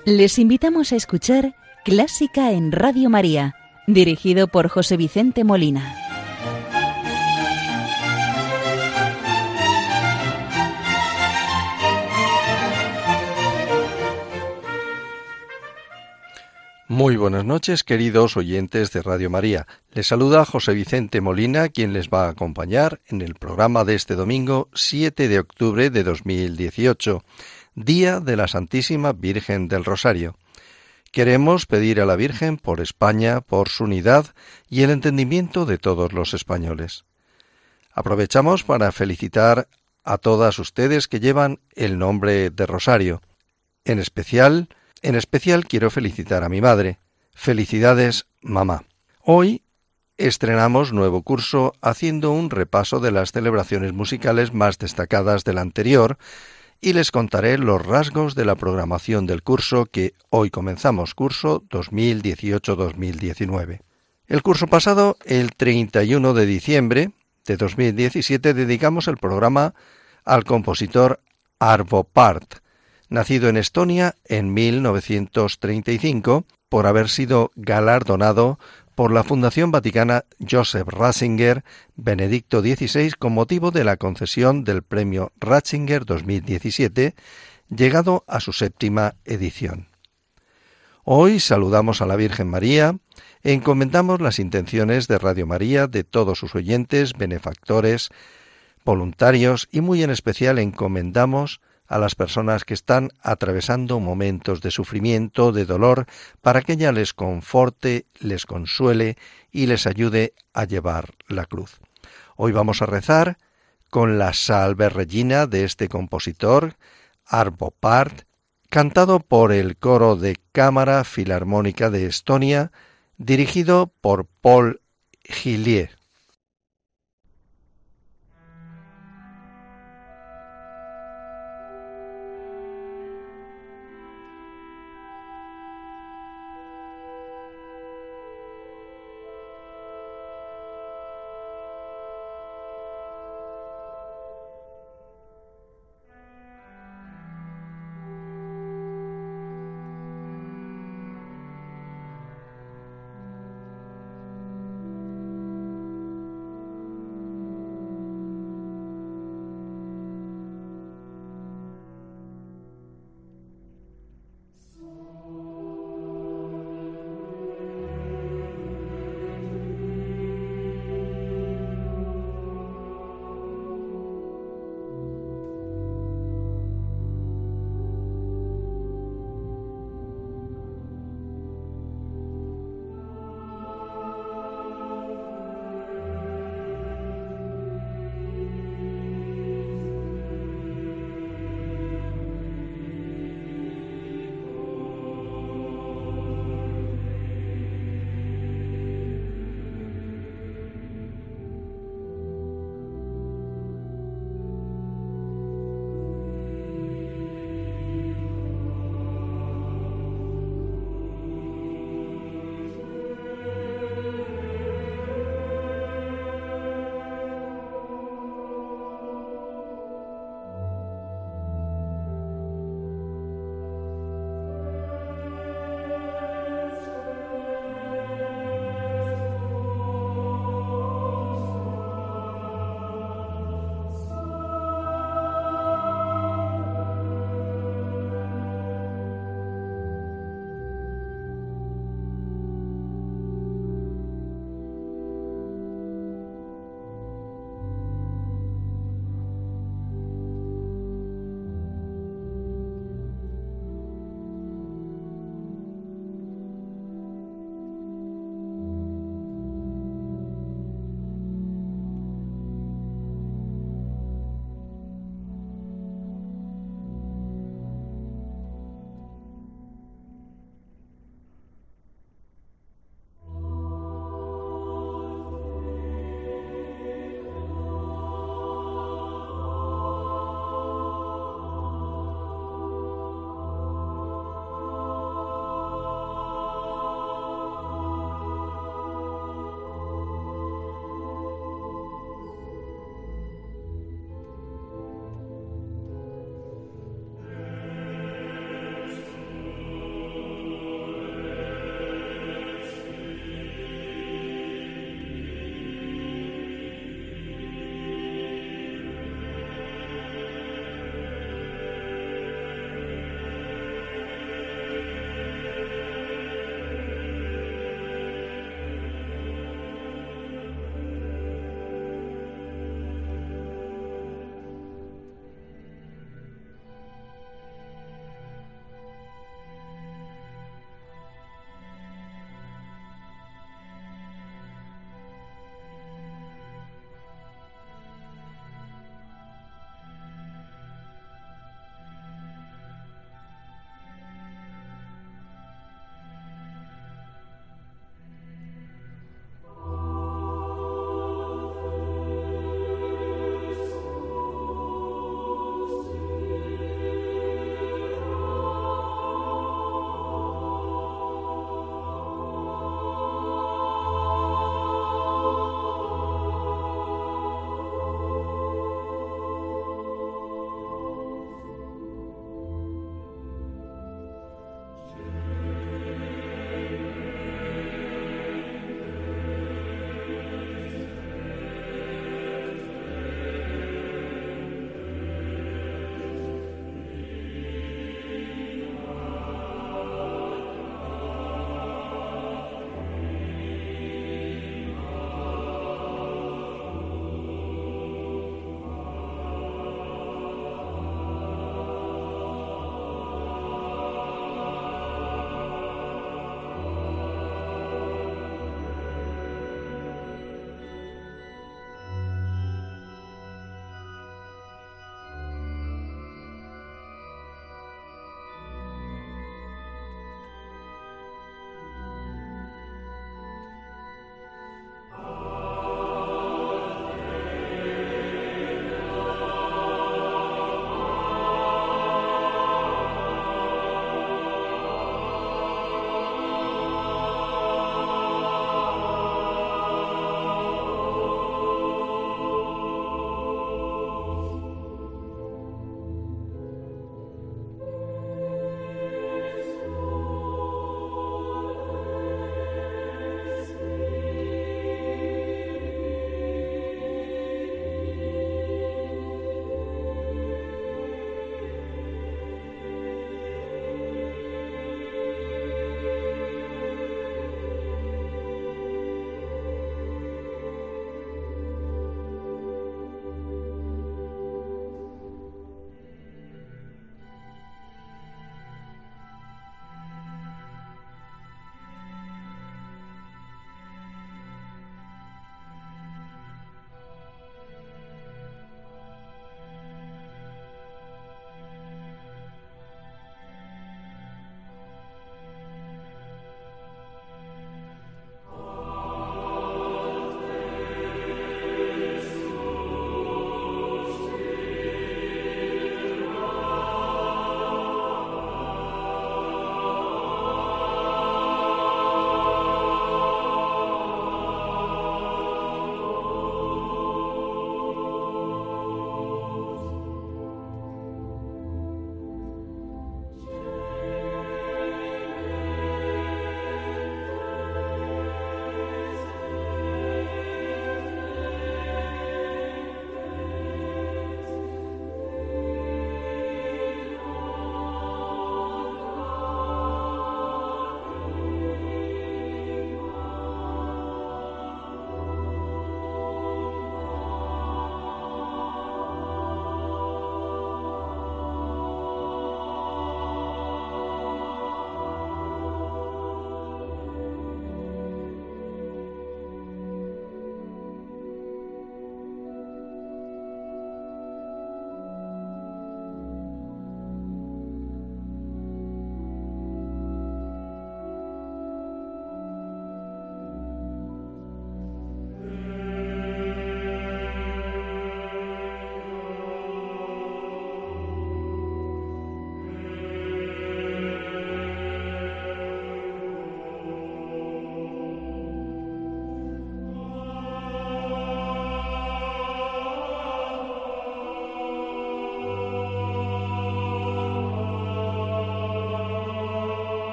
Les invitamos a escuchar Clásica en Radio María, dirigido por José Vicente Molina. Muy buenas noches, queridos oyentes de Radio María. Les saluda José Vicente Molina, quien les va a acompañar en el programa de este domingo 7 de octubre de 2018, Día de la Santísima Virgen del Rosario. Queremos pedir a la Virgen por España, por su unidad y el entendimiento de todos los españoles. Aprovechamos para felicitar a todas ustedes que llevan el nombre de Rosario. En especial quiero felicitar a mi madre. Felicidades, mamá. Hoy estrenamos nuevo curso haciendo un repaso de las celebraciones musicales más destacadas del anterior y les contaré los rasgos de la programación del curso que hoy comenzamos, curso 2018-2019. El curso pasado, el 31 de diciembre de 2017, dedicamos el programa al compositor Arvo Pärt, nacido en Estonia en 1935 por haber sido galardonado por la Fundación Vaticana Joseph Ratzinger Benedicto XVI con motivo de la concesión del Premio Ratzinger 2017, llegado a su 7ª edición. Hoy saludamos a la Virgen María, encomendamos las intenciones de Radio María, de todos sus oyentes, benefactores, voluntarios y muy en especial encomendamos a las personas que están atravesando momentos de sufrimiento, de dolor, para que ella les conforte, les consuele y les ayude a llevar la cruz. Hoy vamos a rezar con la Salve Regina de este compositor, Arvo Pärt, cantado por el Coro de Cámara Filarmónica de Estonia, dirigido por Paul Gillier.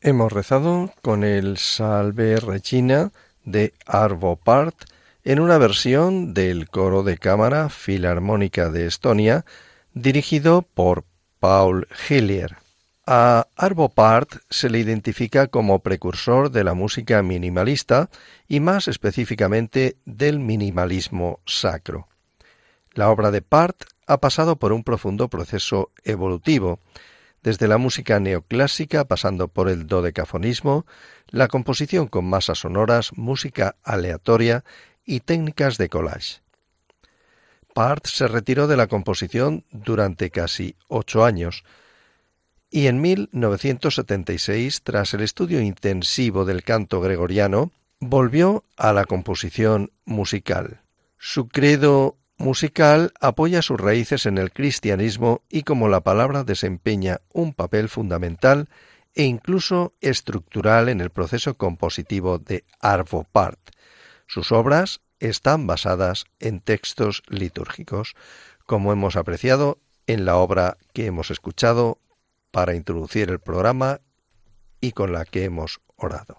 Hemos rezado con el Salve Regina de Arvo Pärt en una versión del Coro de Cámara Filarmónica de Estonia, dirigido por Paul Hillier. A Arvo Pärt se le identifica como precursor de la música minimalista y más específicamente del minimalismo sacro. La obra de Pärt ha pasado por un profundo proceso evolutivo, desde la música neoclásica pasando por el dodecafonismo, la composición con masas sonoras, música aleatoria y técnicas de collage. Pärt se retiró de la composición durante casi 8 años y en 1976, tras el estudio intensivo del canto gregoriano, volvió a la composición musical. Su credo musical apoya sus raíces en el cristianismo y como la palabra desempeña un papel fundamental e incluso estructural en el proceso compositivo de Arvo Pärt. Sus obras están basadas en textos litúrgicos, como hemos apreciado en la obra que hemos escuchado para introducir el programa y con la que hemos orado.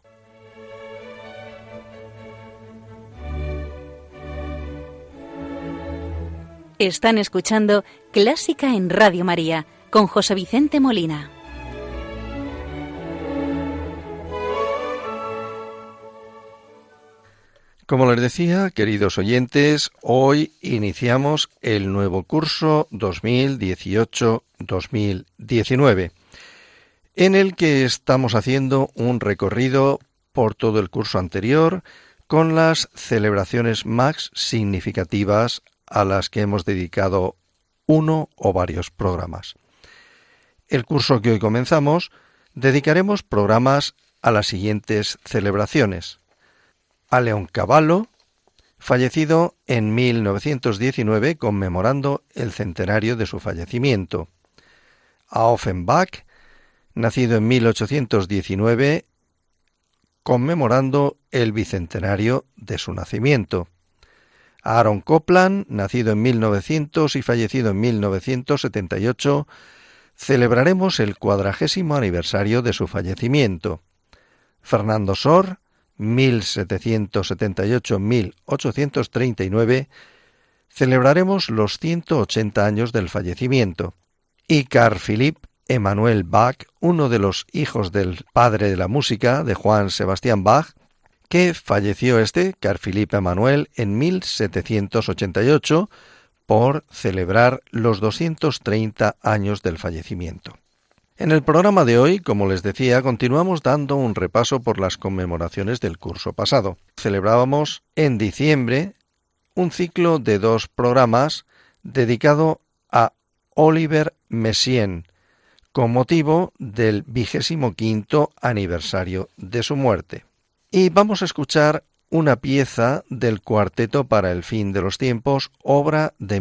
Están escuchando Clásica en Radio María con José Vicente Molina. Como les decía, queridos oyentes, hoy iniciamos el nuevo curso 2018-2019, en el que estamos haciendo un recorrido por todo el curso anterior con las celebraciones más significativas a las que hemos dedicado uno o varios programas. El curso que hoy comenzamos dedicaremos programas a las siguientes celebraciones: a Leoncavallo, fallecido en 1919 conmemorando el centenario de su fallecimiento; a Offenbach, nacido en 1819 conmemorando el bicentenario de su nacimiento; a Aaron Copland, nacido en 1900 y fallecido en 1978, celebraremos el 40º aniversario de su fallecimiento; Fernando Sor, 1778-1839, celebraremos los 180 años del fallecimiento; y Carl Philipp Emanuel Bach, uno de los hijos del padre de la música, de Johann Sebastian Bach, que falleció Carl Philipp Emanuel en 1788 por celebrar los 230 años del fallecimiento. En el programa de hoy, como les decía, continuamos dando un repaso por las conmemoraciones del curso pasado. Celebrábamos en diciembre un ciclo de 2 programas dedicado a Oliver Messiaen, con motivo del 25º aniversario de su muerte. Y vamos a escuchar una pieza del Cuarteto para el fin de los tiempos, obra de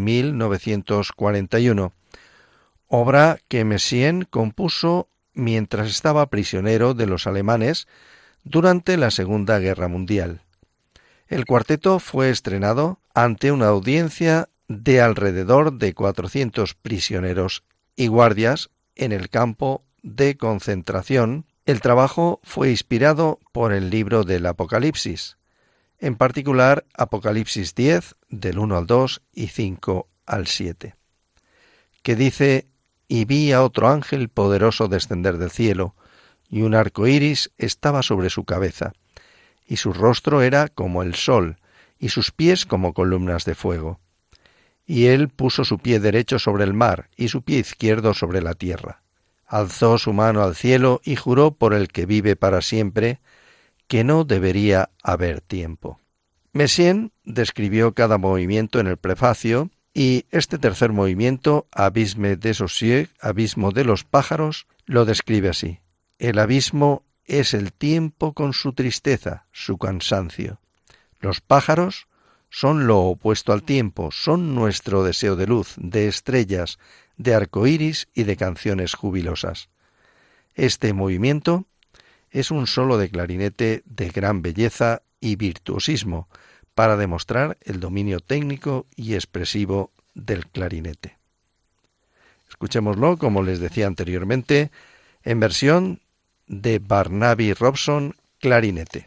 1941, obra que Messiaen compuso mientras estaba prisionero de los alemanes durante la Segunda Guerra Mundial. El cuarteto fue estrenado ante una audiencia de alrededor de 400 prisioneros y guardias en el campo de concentración. El trabajo fue inspirado por el libro del Apocalipsis, en particular Apocalipsis 10, del 1 al 2 y 5 al 7, que dice: «Y vi a otro ángel poderoso descender del cielo, y un arco iris estaba sobre su cabeza, y su rostro era como el sol, y sus pies como columnas de fuego. Y él puso su pie derecho sobre el mar, y su pie izquierdo sobre la tierra. Alzó su mano al cielo y juró por el que vive para siempre, que no debería haber tiempo». Messiaen describió cada movimiento en el prefacio, y este tercer movimiento, Abisme des Oiseaux, abismo de los pájaros, lo describe así: «El abismo es el tiempo con su tristeza, su cansancio. Los pájaros son lo opuesto al tiempo, son nuestro deseo de luz, de estrellas, de arcoíris y de canciones jubilosas. Este movimiento es un solo de clarinete de gran belleza y virtuosismo para demostrar el dominio técnico y expresivo del clarinete». Escuchémoslo, como les decía anteriormente, en versión de Barnaby Robson, clarinete.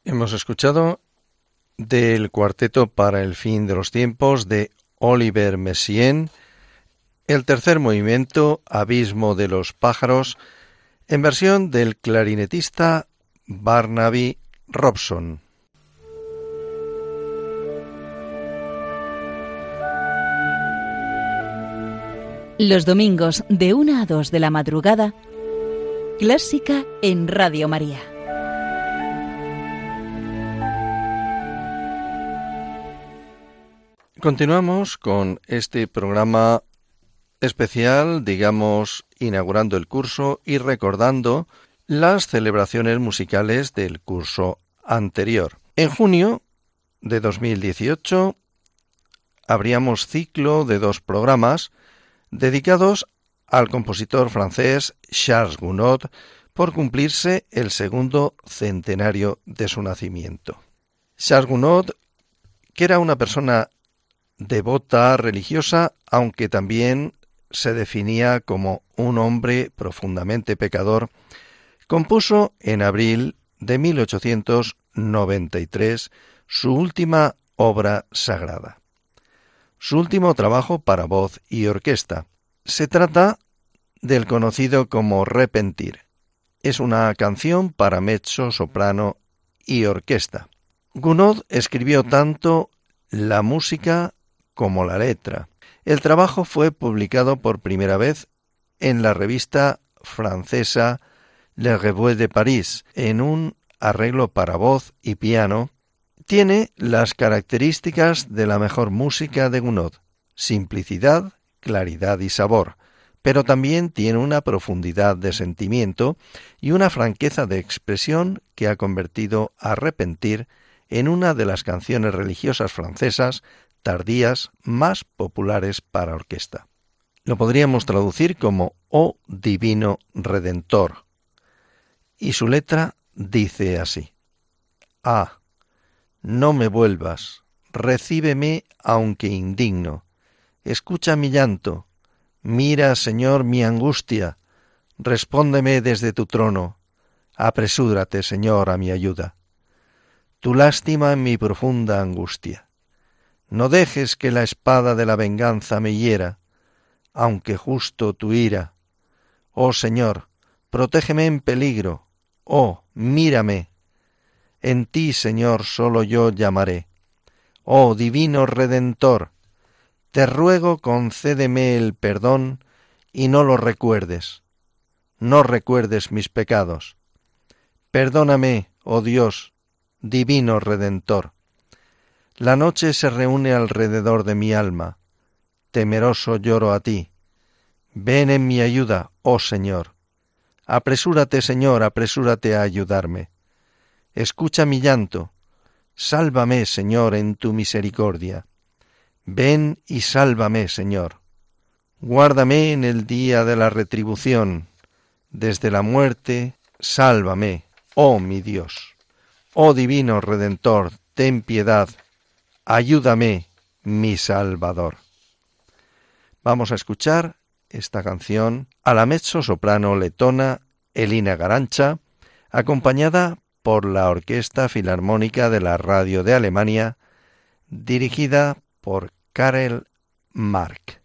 Hemos escuchado del Cuarteto para el fin de los tiempos de Olivier Messiaen, el tercer movimiento, Abismo de los pájaros, en versión del clarinetista Barnaby Robson. Los domingos de 1 a 2 de la madrugada, Clásica en Radio María. Continuamos con este programa especial, digamos, inaugurando el curso y recordando las celebraciones musicales del curso anterior. En junio de 2018 abríamos ciclo de 2 programas dedicados al compositor francés Charles Gounod por cumplirse el 2º centenario de su nacimiento. Charles Gounod, que era una persona devota religiosa, aunque también se definía como un hombre profundamente pecador, compuso en abril de 1893 su última obra sagrada, su último trabajo para voz y orquesta. Se trata del conocido como Repentir. Es una canción para mezzo, soprano y orquesta. Gounod escribió tanto la música como la letra. El trabajo fue publicado por primera vez en la revista francesa Le Revue de Paris, en un arreglo para voz y piano. Tiene las características de la mejor música de Gounod: simplicidad, claridad y sabor, pero también tiene una profundidad de sentimiento y una franqueza de expresión que ha convertido a Repentir en una de las canciones religiosas francesas tardías más populares para orquesta. Lo podríamos traducir como «Oh Divino Redentor», y su letra dice así: «Ah, no me vuelvas, recíbeme aunque indigno, escucha mi llanto, mira, Señor, mi angustia, respóndeme desde tu trono, apresúrate, Señor, a mi ayuda, tu lástima en mi profunda angustia. No dejes que la espada de la venganza me hiera, aunque justo tu ira. Oh Señor, protégeme en peligro. Oh, mírame. En ti, Señor, solo yo llamaré. Oh Divino Redentor, te ruego concédeme el perdón y no lo recuerdes. No recuerdes mis pecados. Perdóname, oh Dios, Divino Redentor. La noche se reúne alrededor de mi alma. Temeroso lloro a ti. Ven en mi ayuda, oh Señor. Apresúrate, Señor, apresúrate a ayudarme. Escucha mi llanto. Sálvame, Señor, en tu misericordia. Ven y sálvame, Señor. Guárdame en el día de la retribución. Desde la muerte, sálvame, oh mi Dios. Oh Divino Redentor, ten piedad. Ayúdame, mi Salvador. Vamos a escuchar esta canción a la mezzo-soprano letona Elina Garancha, acompañada por la Orquesta Filarmónica de la Radio de Alemania, dirigida por Karel Mark.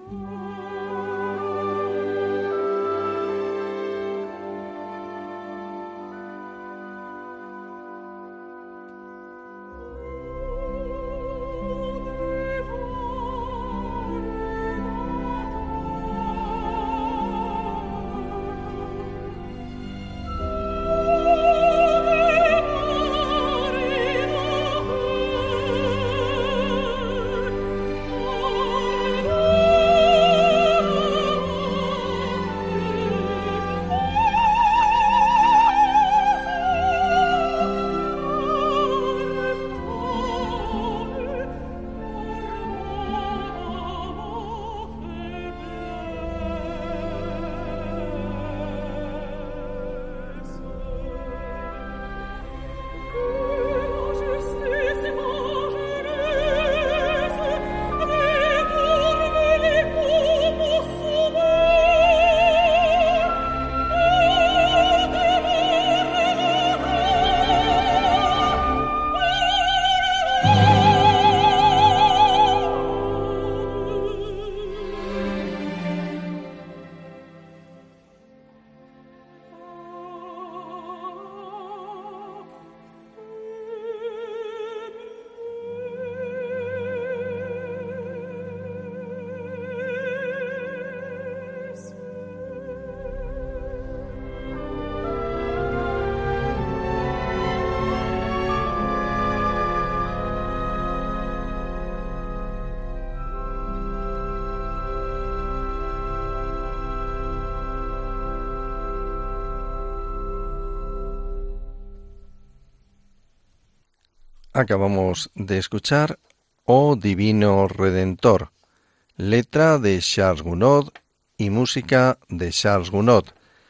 Acabamos de escuchar Oh Divino Redentor, letra de Charles Gounod y música de Charles Gounod,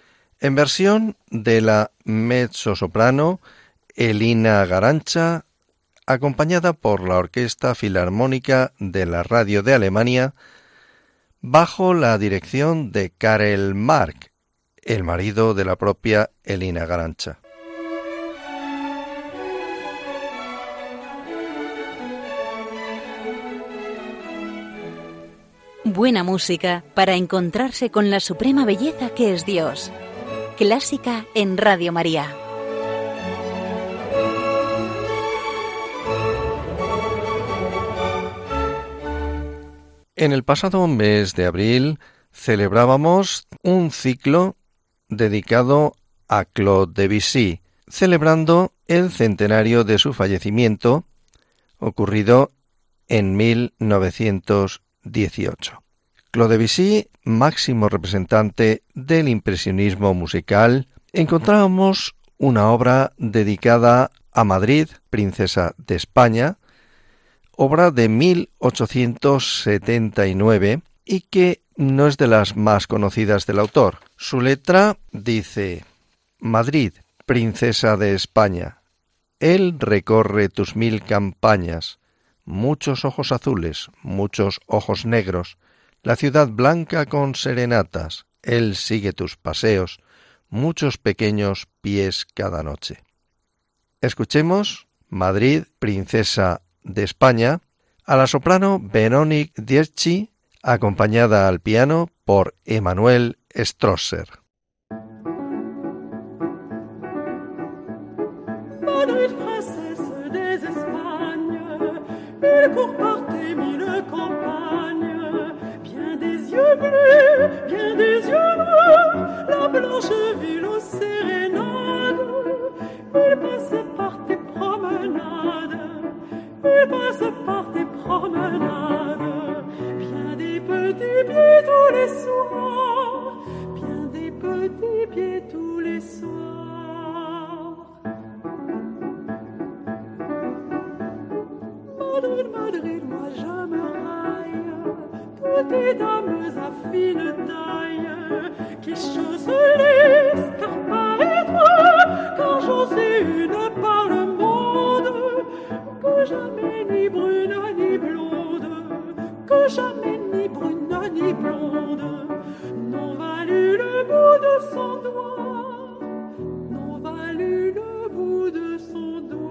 en versión de la mezzosoprano Elina Garancha, acompañada por la Orquesta Filarmónica de la Radio de Alemania, bajo la dirección de Karel Mark, el marido de la propia Elina Garancha. Buena música para encontrarse con la suprema belleza que es Dios. Clásica en Radio María. En el pasado mes de abril celebrábamos un ciclo dedicado a Claude Debussy, celebrando el centenario de su fallecimiento, ocurrido en 1918. Claude Debussy, máximo representante del impresionismo musical, encontramos una obra dedicada a Madrid, princesa de España, obra de 1879 y que no es de las más conocidas del autor. Su letra dice: Madrid, princesa de España, él recorre tus 1000 campañas, muchos ojos azules, muchos ojos negros, la ciudad blanca con serenatas, él sigue tus paseos, muchos pequeños pies cada noche. Escuchemos Madrid, princesa de España, a la soprano Veronique Dierchi, acompañada al piano por Emmanuel Strosser. Madrid, princesse des Espagnes, il court par tes 1000 campagnes, bien des yeux bleus, bien des yeux noirs, la blanche ville aux sérénades, il passe par tes promenades, il passe par tes promenades, bien des petits pieds tous les soirs, bien des petits pieds tous les soirs. Madrid, Madrid, moi je me raille, toutes tes dames à fine taille, qui chaussent les scarpins étroits, quand j'en sais une par le monde, que jamais ni brune ni blonde, que jamais ni brune ni blonde, n'ont valu le bout de son doigt, n'ont valu le bout de son doigt.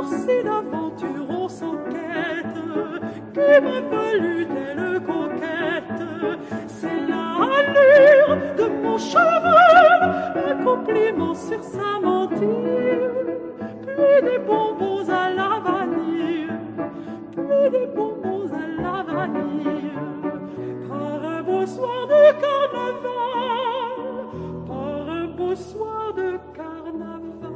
courser d'aventure on s'enquête, qui m'a valu telle conquête. C'est l'allure de mon cheval, un compliment sur sa mentire, puis des bonbons à la vanille, puis des bonbons à la vanille. Par un beau soir de carnaval, par un beau soir de carnaval.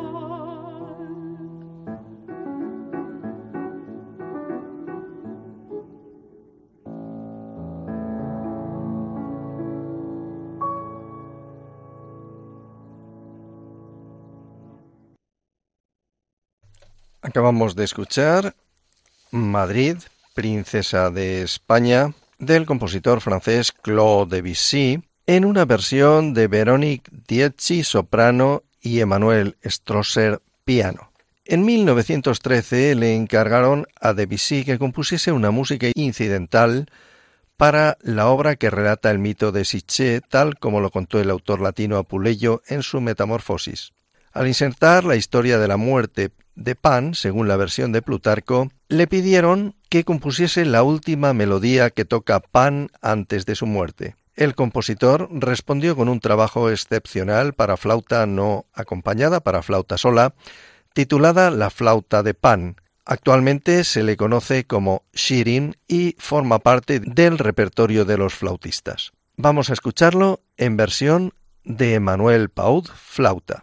Acabamos de escuchar Madrid, Princesa de España, del compositor francés Claude Debussy, en una versión de Véronique Dietzy, soprano, y Emmanuel Strosser, piano. En 1913 le encargaron a Debussy que compusiese una música incidental para la obra que relata el mito de Psiché, tal como lo contó el autor latino Apuleyo en su Metamorfosis. Al insertar la historia de la muerte de Pan, según la versión de Plutarco, le pidieron que compusiese la última melodía que toca Pan antes de su muerte. El compositor respondió con un trabajo excepcional para flauta no acompañada, para flauta sola, titulada La flauta de Pan. Actualmente se le conoce como Shirin y forma parte del repertorio de los flautistas. Vamos a escucharlo en versión de Emmanuel Paud, flauta.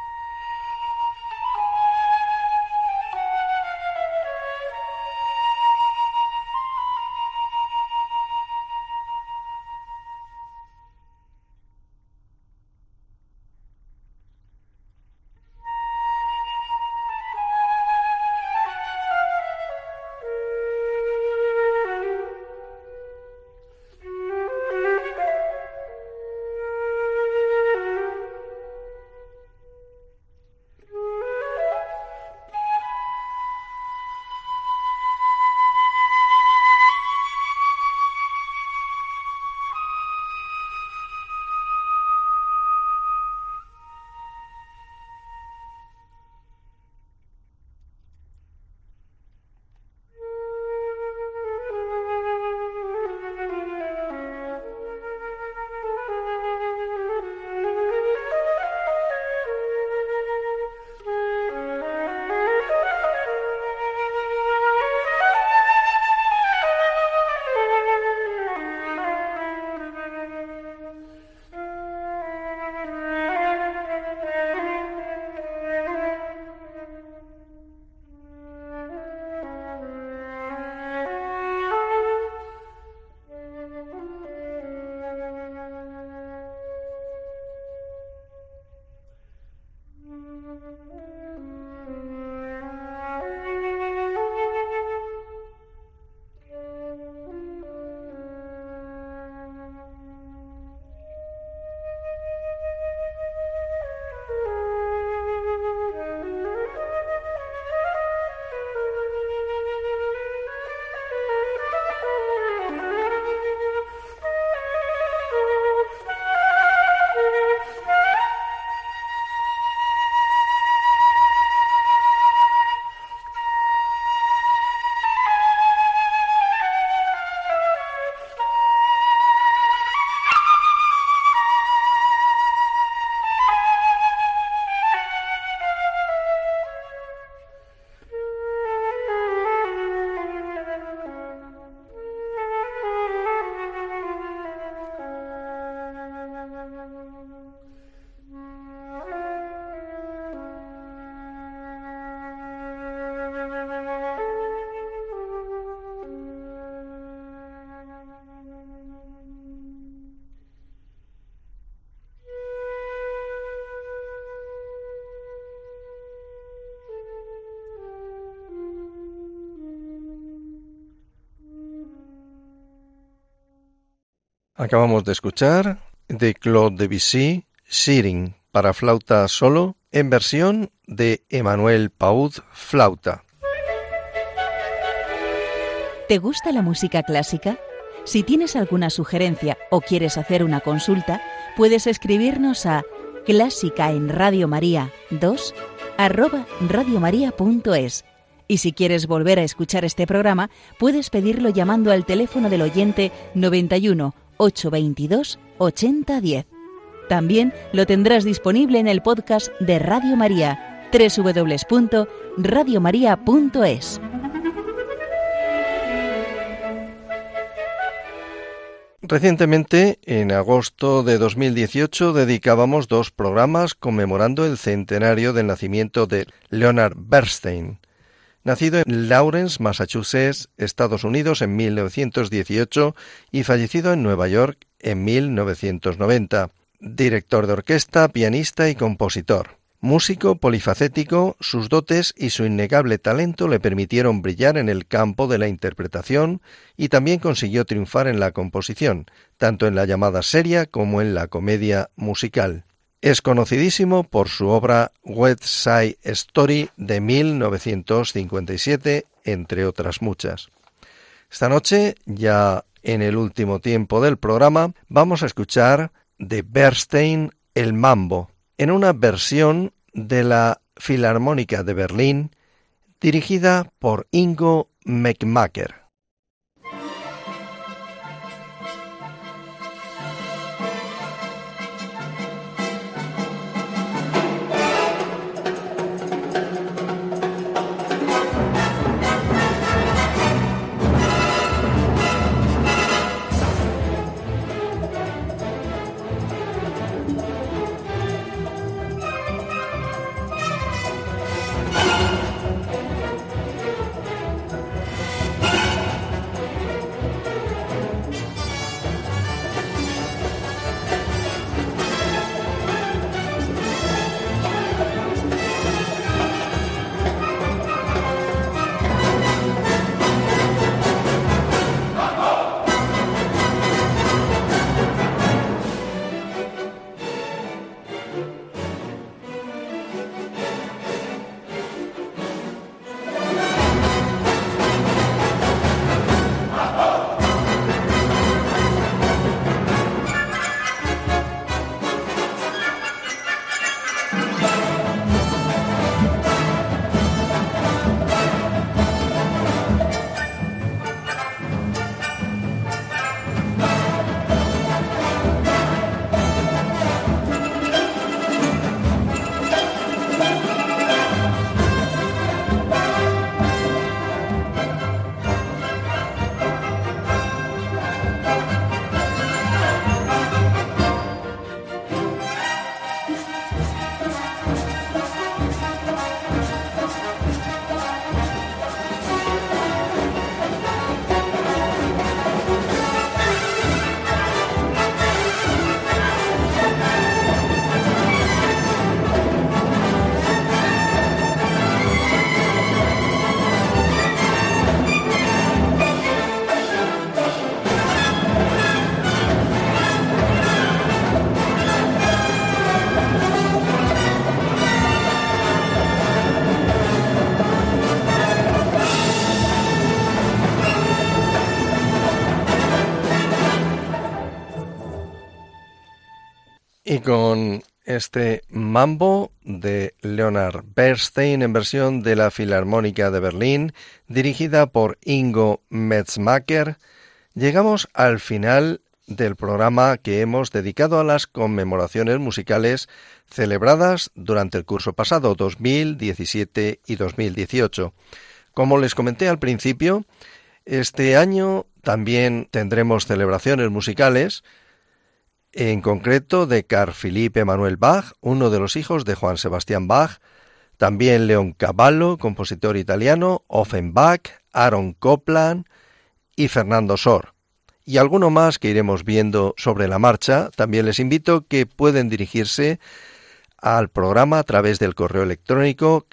Acabamos de escuchar de Claude Debussy, Shirin, para flauta solo, en versión de Emmanuel Paud, flauta. ¿Te gusta la música clásica? Si tienes alguna sugerencia o quieres hacer una consulta, puedes escribirnos a clásicaenradiomaria2@radiomaria.es. Y si quieres volver a escuchar este programa, puedes pedirlo llamando al teléfono del oyente 91 822 8010. También lo tendrás disponible en el podcast de Radio María, www.radiomaria.es. Recientemente, en agosto de 2018, dedicábamos 2 programas conmemorando el centenario del nacimiento de Leonard Bernstein. Nacido en Lawrence, Massachusetts, Estados Unidos, en 1918 y fallecido en Nueva York en 1990. Director de orquesta, pianista y compositor. Músico polifacético, sus dotes y su innegable talento le permitieron brillar en el campo de la interpretación y también consiguió triunfar en la composición, tanto en la llamada seria como en la comedia musical. Es conocidísimo por su obra West Side Story de 1957, entre otras muchas. Esta noche, ya en el último tiempo del programa, vamos a escuchar de Bernstein el Mambo, en una versión de la Filarmónica de Berlín dirigida por Ingo Meckmacher. Y con este Mambo de Leonard Bernstein en versión de la Filarmónica de Berlín, dirigida por Ingo Meckmacher, llegamos al final del programa que hemos dedicado a las conmemoraciones musicales celebradas durante el curso pasado, 2017 y 2018. Como les comenté al principio, este año también tendremos celebraciones musicales, en concreto de Carl Philipp Emanuel Bach, uno de los hijos de Johann Sebastian Bach, también Leon Cavallo, compositor italiano, Offenbach, Aaron Copland y Fernando Sor. Y alguno más que iremos viendo sobre la marcha. También les invito que pueden dirigirse al programa a través del correo electrónico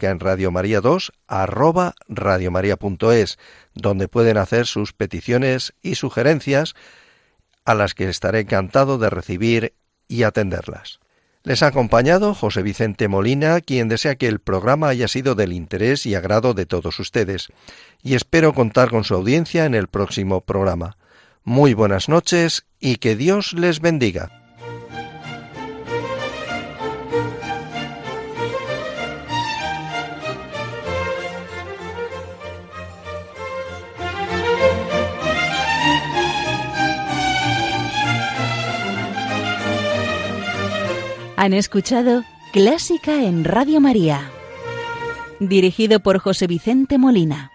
clásicaenradiomaria2@radiomaria.es, donde pueden hacer sus peticiones y sugerencias, a las que estaré encantado de recibir y atenderlas. Les ha acompañado José Vicente Molina, quien desea que el programa haya sido del interés y agrado de todos ustedes, y espero contar con su audiencia en el próximo programa. Muy buenas noches y que Dios les bendiga. Han escuchado Clásica en Radio María, dirigido por José Vicente Molina.